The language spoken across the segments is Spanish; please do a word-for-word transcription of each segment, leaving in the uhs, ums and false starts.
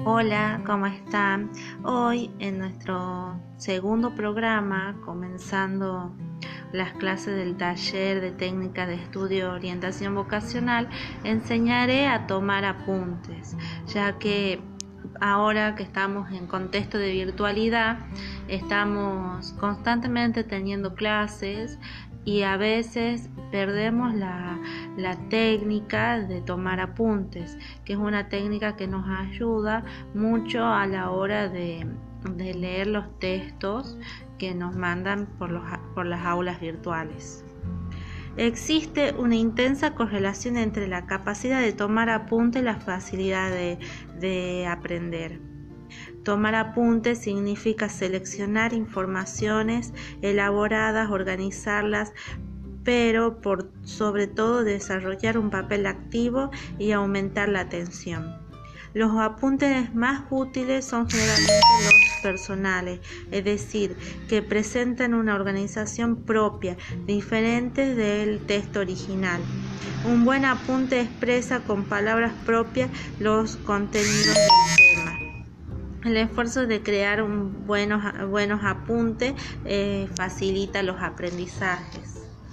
Hola, ¿cómo están? Hoy en nuestro segundo programa, comenzando las clases del taller de técnicas de estudio orientación vocacional, enseñaré a tomar apuntes, ya que ahora que estamos en contexto de virtualidad, estamos constantemente teniendo clases y a veces perdemos la, la técnica de tomar apuntes, que es una técnica que nos ayuda mucho a la hora de, de leer los textos que nos mandan por, los, por las aulas virtuales. Existe una intensa correlación entre la capacidad de tomar apuntes y la facilidad de, de aprender. Tomar apuntes significa seleccionar informaciones elaboradas, organizarlas, pero por sobre todo desarrollar un papel activo y aumentar la atención. Los apuntes más útiles son generalmente los personales, es decir, que presentan una organización propia, diferente del texto original. Un buen apunte expresa con palabras propias los contenidos del tema. El esfuerzo de crear un buenos, buenos apuntes eh, facilita los aprendizajes.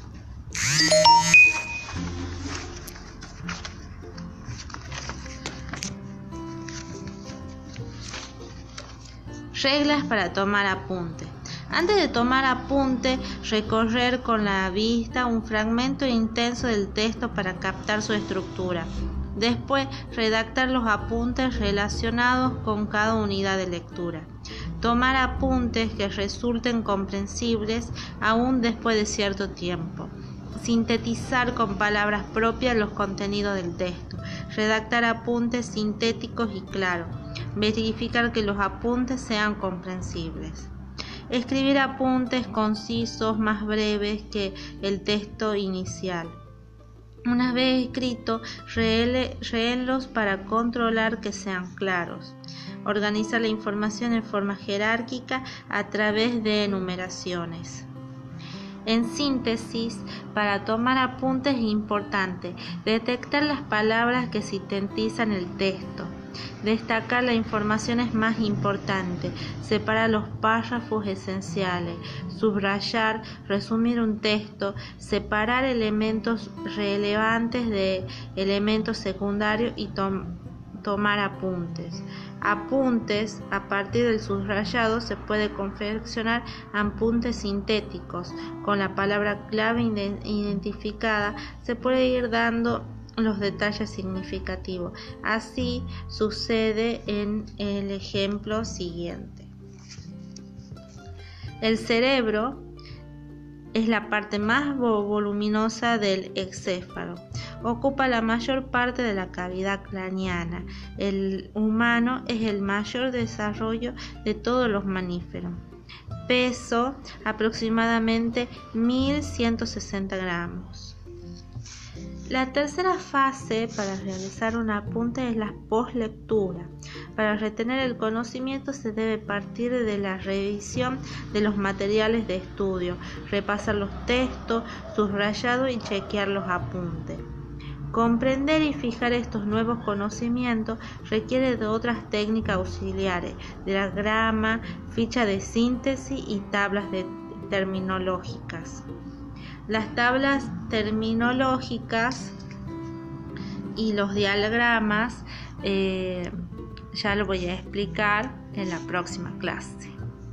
Reglas para tomar apunte. Antes de tomar apunte, recorrer con la vista un fragmento intenso del texto para captar su estructura. Después, redactar los apuntes relacionados con cada unidad de lectura. Tomar apuntes que resulten comprensibles aún después de cierto tiempo. Sintetizar con palabras propias los contenidos del texto. Redactar apuntes sintéticos y claros. Verificar que los apuntes sean comprensibles. Escribir apuntes concisos, más breves que el texto inicial. Una vez escrito, reenlos para controlar que sean claros. Organizar la información en forma jerárquica a través de enumeraciones. En síntesis, para tomar apuntes es importante detectar las palabras que sintetizan el texto, destacar las informaciones más importantes, separar los párrafos esenciales, subrayar, resumir un texto, separar elementos relevantes de elementos secundarios y tom- tomar apuntes. Apuntes, a partir del subrayado se puede confeccionar apuntes sintéticos. Con la palabra clave identificada se puede ir dando los detalles significativos. Así sucede en el ejemplo siguiente. El cerebro es la parte más voluminosa del encéfalo. Ocupa la mayor parte de la cavidad craneana. El humano es el mayor desarrollo de todos los mamíferos. Peso aproximadamente mil ciento sesenta gramos. La tercera fase para realizar un apunte es la postlectura. Para retener el conocimiento se debe partir de la revisión de los materiales de estudio, repasar los textos, subrayado y chequear los apuntes. Comprender y fijar estos nuevos conocimientos requiere de otras técnicas auxiliares, diagrama, ficha de síntesis y tablas de terminológicas. Las tablas terminológicas y los diagramas eh, ya lo voy a explicar en la próxima clase.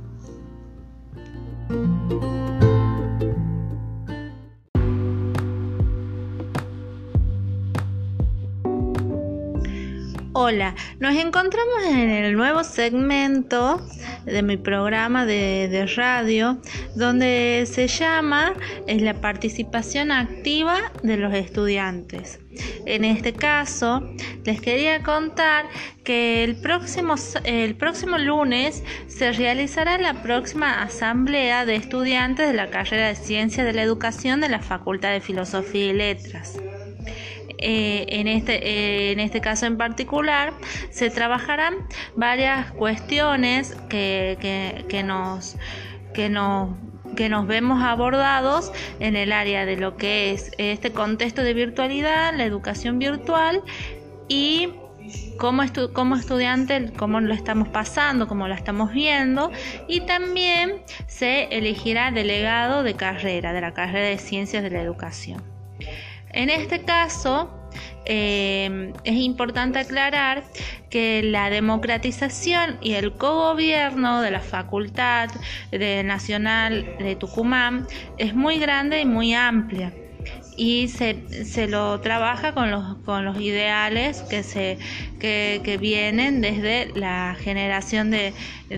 Hola, nos encontramos en el nuevo segmento de mi programa de, de radio, donde se llama es la participación activa de los estudiantes. En este caso, les quería contar que el próximo, el próximo lunes se realizará la próxima asamblea de estudiantes de la carrera de Ciencias de la Educación de la Facultad de Filosofía y Letras. Eh, en, este, eh, en este caso en particular se trabajarán varias cuestiones que, que, que, nos, que, nos, que nos vemos abordados en el área de lo que es este contexto de virtualidad, la educación virtual y como, estu- como estudiante, cómo lo estamos pasando, cómo lo estamos viendo, y también se elegirá delegado de carrera, de la carrera de Ciencias de la Educación. En este caso, eh, es importante aclarar que la democratización y el cogobierno de la Facultad de Nacional de Tucumán es muy grande y muy amplia, y se, se lo trabaja con los, con los ideales que, se, que, que vienen desde la generación de,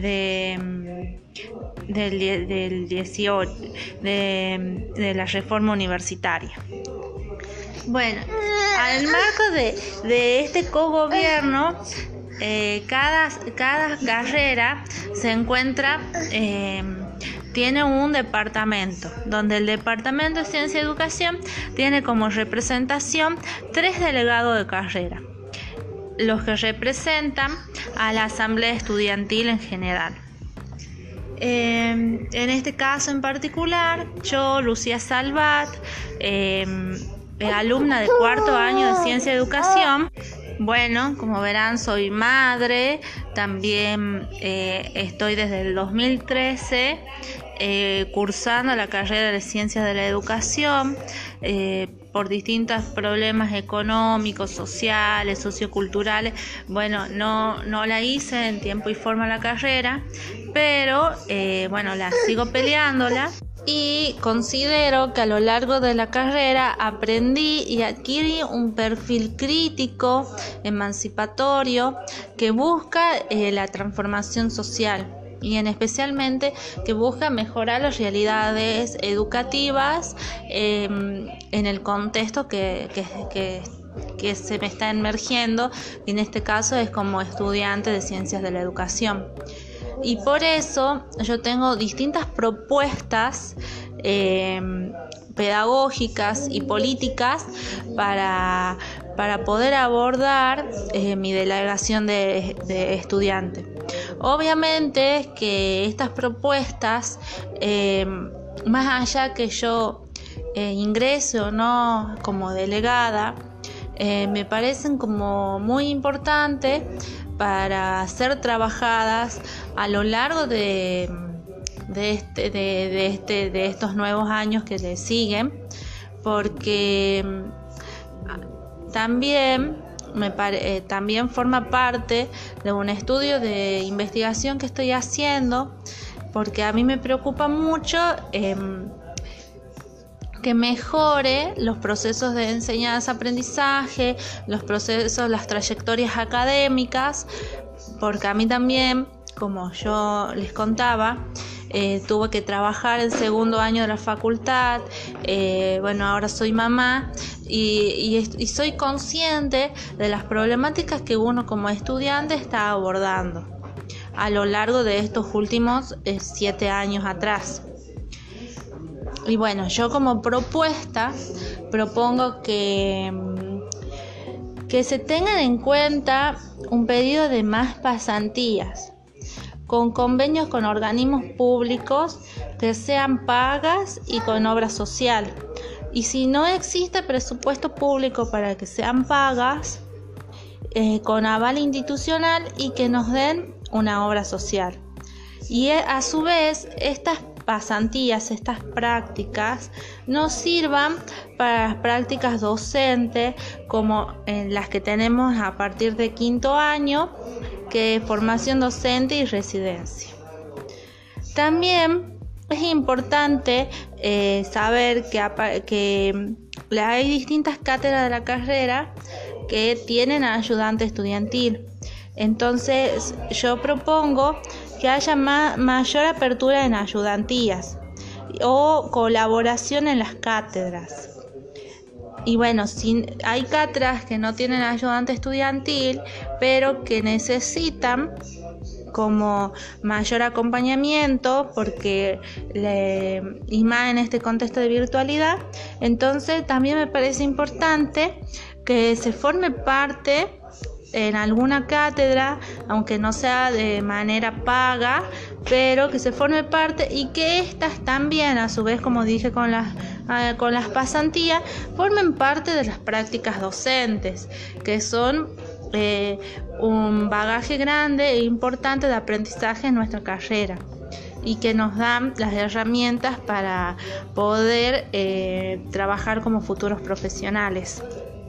de, del, del dieciocho, de, de la reforma universitaria. Bueno, al marco de, de este cogobierno, eh, cada, cada carrera se encuentra, eh, tiene un departamento, donde el Departamento de Ciencia y Educación tiene como representación tres delegados de carrera, los que representan a la Asamblea Estudiantil en general. Eh, en este caso en particular, yo, Lucía Salvat, eh, alumna de cuarto año de Ciencia y Educación. Bueno, como verán, soy madre, también eh, estoy desde el dos mil trece eh, cursando la carrera de Ciencias de la Educación. Eh, por distintos problemas económicos, sociales, socioculturales, bueno, no, no la hice en tiempo y forma la carrera, pero eh, bueno, la sigo peleándola. Y considero que a lo largo de la carrera aprendí y adquirí un perfil crítico, emancipatorio, que busca eh, la transformación social, y en especialmente que busca mejorar las realidades educativas eh, en el contexto que, que, que, que se me está emergiendo, y en este caso es como estudiante de Ciencias de la Educación. Y por eso yo tengo distintas propuestas eh, pedagógicas y políticas para, para poder abordar eh, mi delegación de, de estudiante. Obviamente que estas propuestas, eh, más allá que yo eh, ingrese o no como delegada, eh, me parecen como muy importantes para ser trabajadas a lo largo de, de, este, de, de, este, de estos nuevos años que le siguen, porque también, me pare, eh, también forma parte de un estudio de investigación que estoy haciendo, porque a mí me preocupa mucho eh, que mejore los procesos de enseñanza-aprendizaje, los procesos, las trayectorias académicas, porque a mí también, como yo les contaba, eh, tuve que trabajar el segundo año de la facultad, eh, bueno, ahora soy mamá y, y, y soy consciente de las problemáticas que uno como estudiante está abordando a lo largo de estos últimos eh, siete años atrás. Y bueno, yo como propuesta propongo que, que se tengan en cuenta un pedido de más pasantías, con convenios con organismos públicos que sean pagas y con obra social. Y si no existe presupuesto público para que sean pagas, eh, con aval institucional y que nos den una obra social. Y a su vez, estas pasantías, estas prácticas, nos sirvan para las prácticas docentes como en las que tenemos a partir de quinto año, que es formación docente y residencia. También es importante eh, saber que, que hay distintas cátedras de la carrera que tienen ayudante estudiantil. Entonces yo propongo que haya ma- mayor apertura en ayudantías o colaboración en las cátedras. Y bueno, si hay cátedras que no tienen ayudante estudiantil, pero que necesitan como mayor acompañamiento, porque le, y más en este contexto de virtualidad, entonces también me parece importante que se forme parte en alguna cátedra, aunque no sea de manera paga, pero que se forme parte y que estas también, a su vez, como dije con las, eh, con las pasantías, formen parte de las prácticas docentes, que son eh, un bagaje grande e importante de aprendizaje en nuestra carrera y que nos dan las herramientas para poder eh, trabajar como futuros profesionales.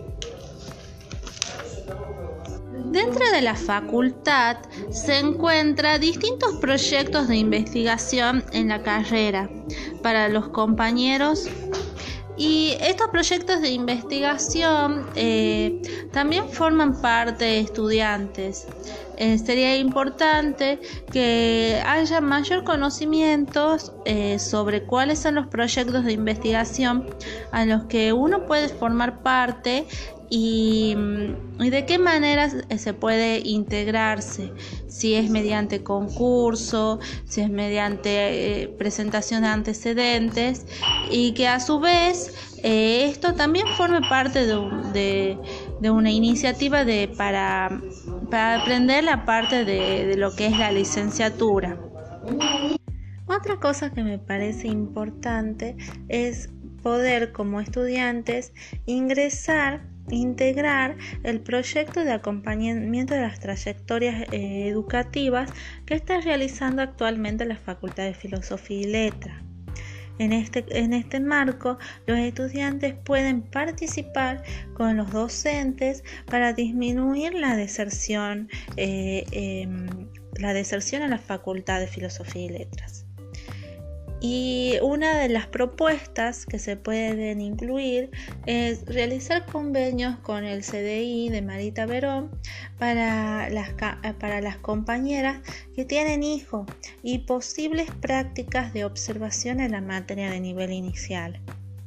Dentro de la facultad se encuentran distintos proyectos de investigación en la carrera para los compañeros, y estos proyectos de investigación eh, también forman parte de estudiantes. Eh, sería importante que haya mayor conocimiento eh, sobre cuáles son los proyectos de investigación a los que uno puede formar parte y, y de qué manera se puede integrarse, si es mediante concurso, si es mediante eh, presentación de antecedentes, y que a su vez eh, esto también forme parte de, de, de una iniciativa de, para, para aprender la parte de, de lo que es la licenciatura. Otra cosa que me parece importante es poder, como estudiantes, ingresar integrar el proyecto de acompañamiento de las trayectorias eh, educativas que está realizando actualmente la Facultad de Filosofía y Letras. En este, en este marco, los estudiantes pueden participar con los docentes para disminuir la deserción, eh, eh, la deserción en la Facultad de Filosofía y Letras. Y una de las propuestas que se pueden incluir es realizar convenios con el C D I de Marita Verón para las, para las compañeras que tienen hijos y posibles prácticas de observación en la materia de nivel inicial.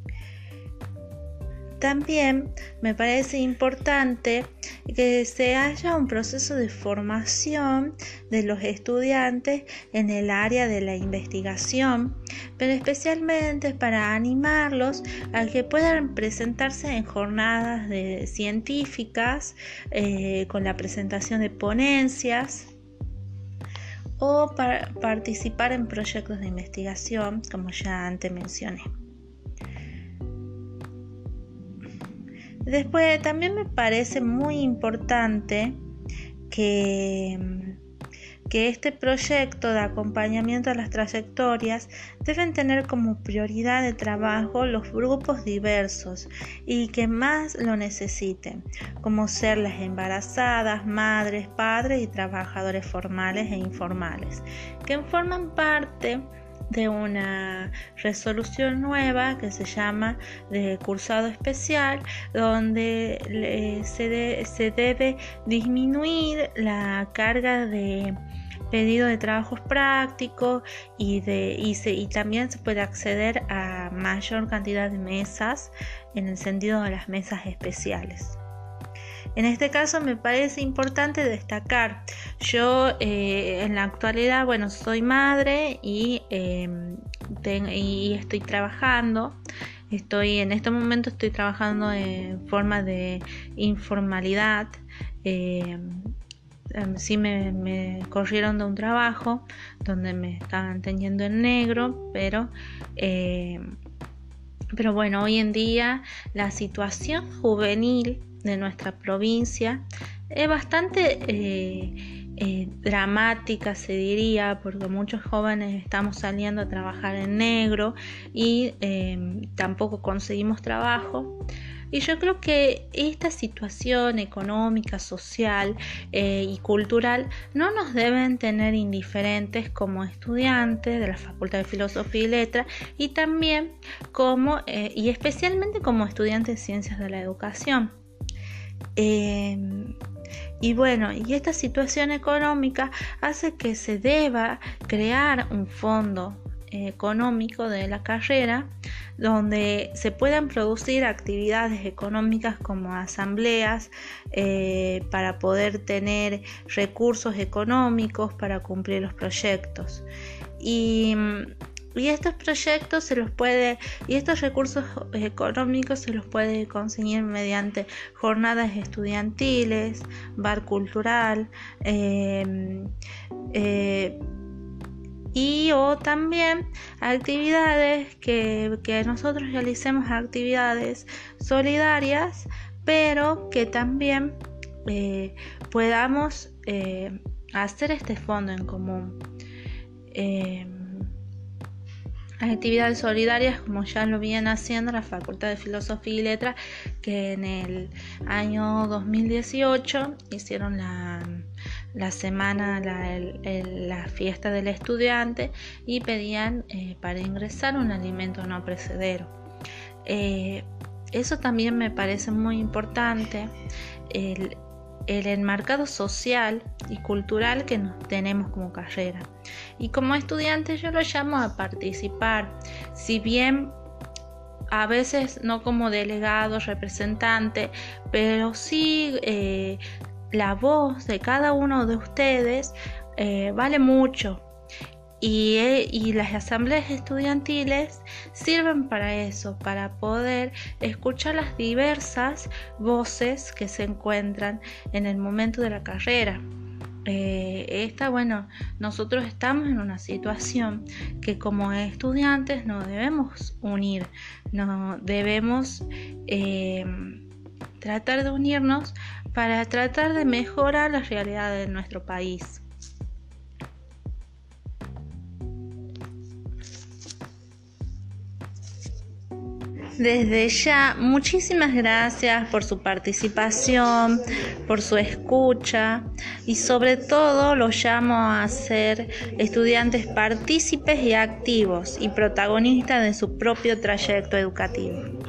También me parece importante que se haya un proceso de formación de los estudiantes en el área de la investigación, pero especialmente para animarlos a que puedan presentarse en jornadas de científicas eh, con la presentación de ponencias, o para participar en proyectos de investigación, como ya antes mencioné. Después también me parece muy importante que, que este proyecto de acompañamiento a las trayectorias deben tener como prioridad de trabajo los grupos diversos y que más lo necesiten, como ser las embarazadas, madres, padres y trabajadores formales e informales, que forman parte de una resolución nueva que se llama de cursado especial, donde se, de, se debe disminuir la carga de pedido de trabajos prácticos y, de, y, se, y también se puede acceder a mayor cantidad de mesas en el sentido de las mesas especiales. En este caso me parece importante destacar, yo eh, en la actualidad, bueno, soy madre y, eh, ten, y estoy trabajando, estoy en este momento estoy trabajando en forma de informalidad, eh, sí me, me corrieron de un trabajo donde me estaban teniendo en negro, pero... Eh, pero bueno, hoy en día la situación juvenil de nuestra provincia es bastante eh, eh, dramática, se diría, porque muchos jóvenes estamos saliendo a trabajar en negro y eh, tampoco conseguimos trabajo. Y yo creo que esta situación económica, social eh, y cultural no nos deben tener indiferentes como estudiantes de la Facultad de Filosofía y Letras y también como, eh, y especialmente como estudiantes de Ciencias de la Educación. Eh, y bueno, y esta situación económica hace que se deba crear un fondo económico de la carrera donde se puedan producir actividades económicas como asambleas eh, para poder tener recursos económicos para cumplir los proyectos y, y estos proyectos se los puede y estos recursos económicos se los puede conseguir mediante jornadas estudiantiles, bar cultural, eh, eh, y o también actividades que, que nosotros realicemos actividades solidarias, pero que también eh, podamos eh, hacer este fondo en común. Eh, actividades solidarias, como ya lo vienen haciendo la Facultad de Filosofía y Letras, que en el año dos mil dieciocho hicieron la, la semana, la, el, el, la fiesta del estudiante, y pedían eh, para ingresar un alimento no perecedero. Eh, eso también me parece muy importante, el, el enmarcado social y cultural que nos tenemos como carrera. Y como estudiantes yo lo llamo a participar, si bien a veces no como delegado, representante, pero sí eh, la voz de cada uno de ustedes eh, vale mucho. Y, eh, y las asambleas estudiantiles sirven para eso, para poder escuchar las diversas voces que se encuentran en el momento de la carrera. Eh, esta, bueno, nosotros estamos en una situación que como estudiantes nos debemos unir, no debemos eh, tratar de unirnos para tratar de mejorar la realidad de nuestro país. Desde ya, muchísimas gracias por su participación, por su escucha, y sobre todo los llamo a ser estudiantes partícipes y activos y protagonistas de su propio trayecto educativo.